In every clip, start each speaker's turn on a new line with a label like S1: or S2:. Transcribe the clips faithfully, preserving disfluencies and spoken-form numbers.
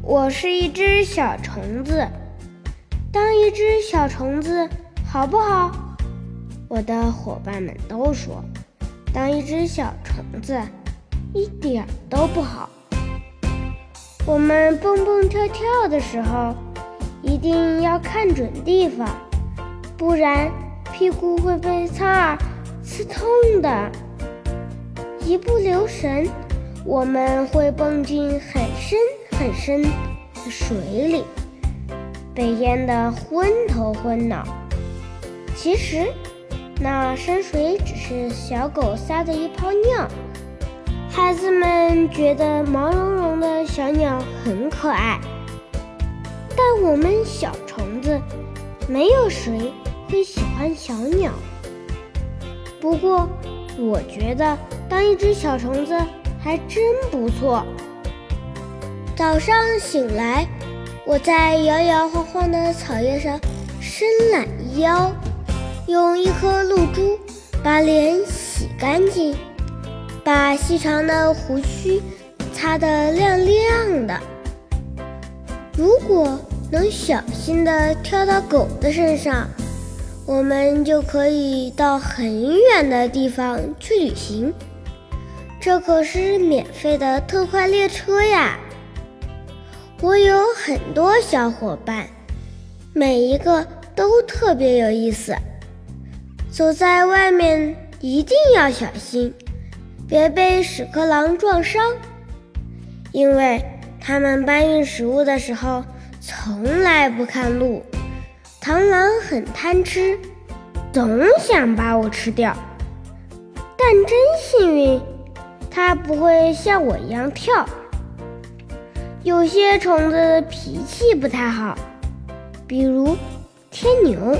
S1: 我是一只小虫子，当一只小虫子好不好？我的伙伴们都说，当一只小虫子一点都不好。我们蹦蹦跳跳的时候，一定要看准地方，不然屁股会被苍耳刺痛的。一不留神，我们会蹦进很深很深的水里，被淹得昏头昏脑。其实那深水只是小狗撒的一泡尿。孩子们觉得毛茸茸的小鸟很可爱，但我们小虫子没有谁会喜欢小鸟。不过我觉得当一只小虫子还真不错。早上醒来，我在摇摇晃晃的草叶上伸懒腰，用一颗露珠把脸洗干净，把细长的胡须擦得亮亮的。如果能小心地跳到狗的身上，我们就可以到很远的地方去旅行，这可是免费的特快列车呀！我有很多小伙伴，每一个都特别有意思。走在外面一定要小心，别被屎壳郎撞伤，因为他们搬运食物的时候从来不看路。螳螂很贪吃，总想把我吃掉，但真幸运，它不会像我一样跳。有些虫子脾气不太好，比如天牛。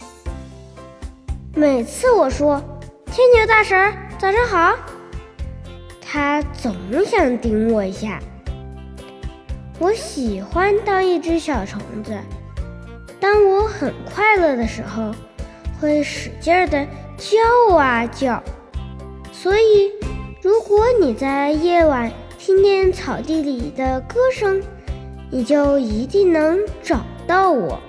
S1: 每次我说天牛大婶早上好，它总想顶我一下。我喜欢当一只小虫子，当我很快乐的时候，会使劲儿地叫啊叫。所以如果你在夜晚听见草地里的歌声，你就一定能找到我。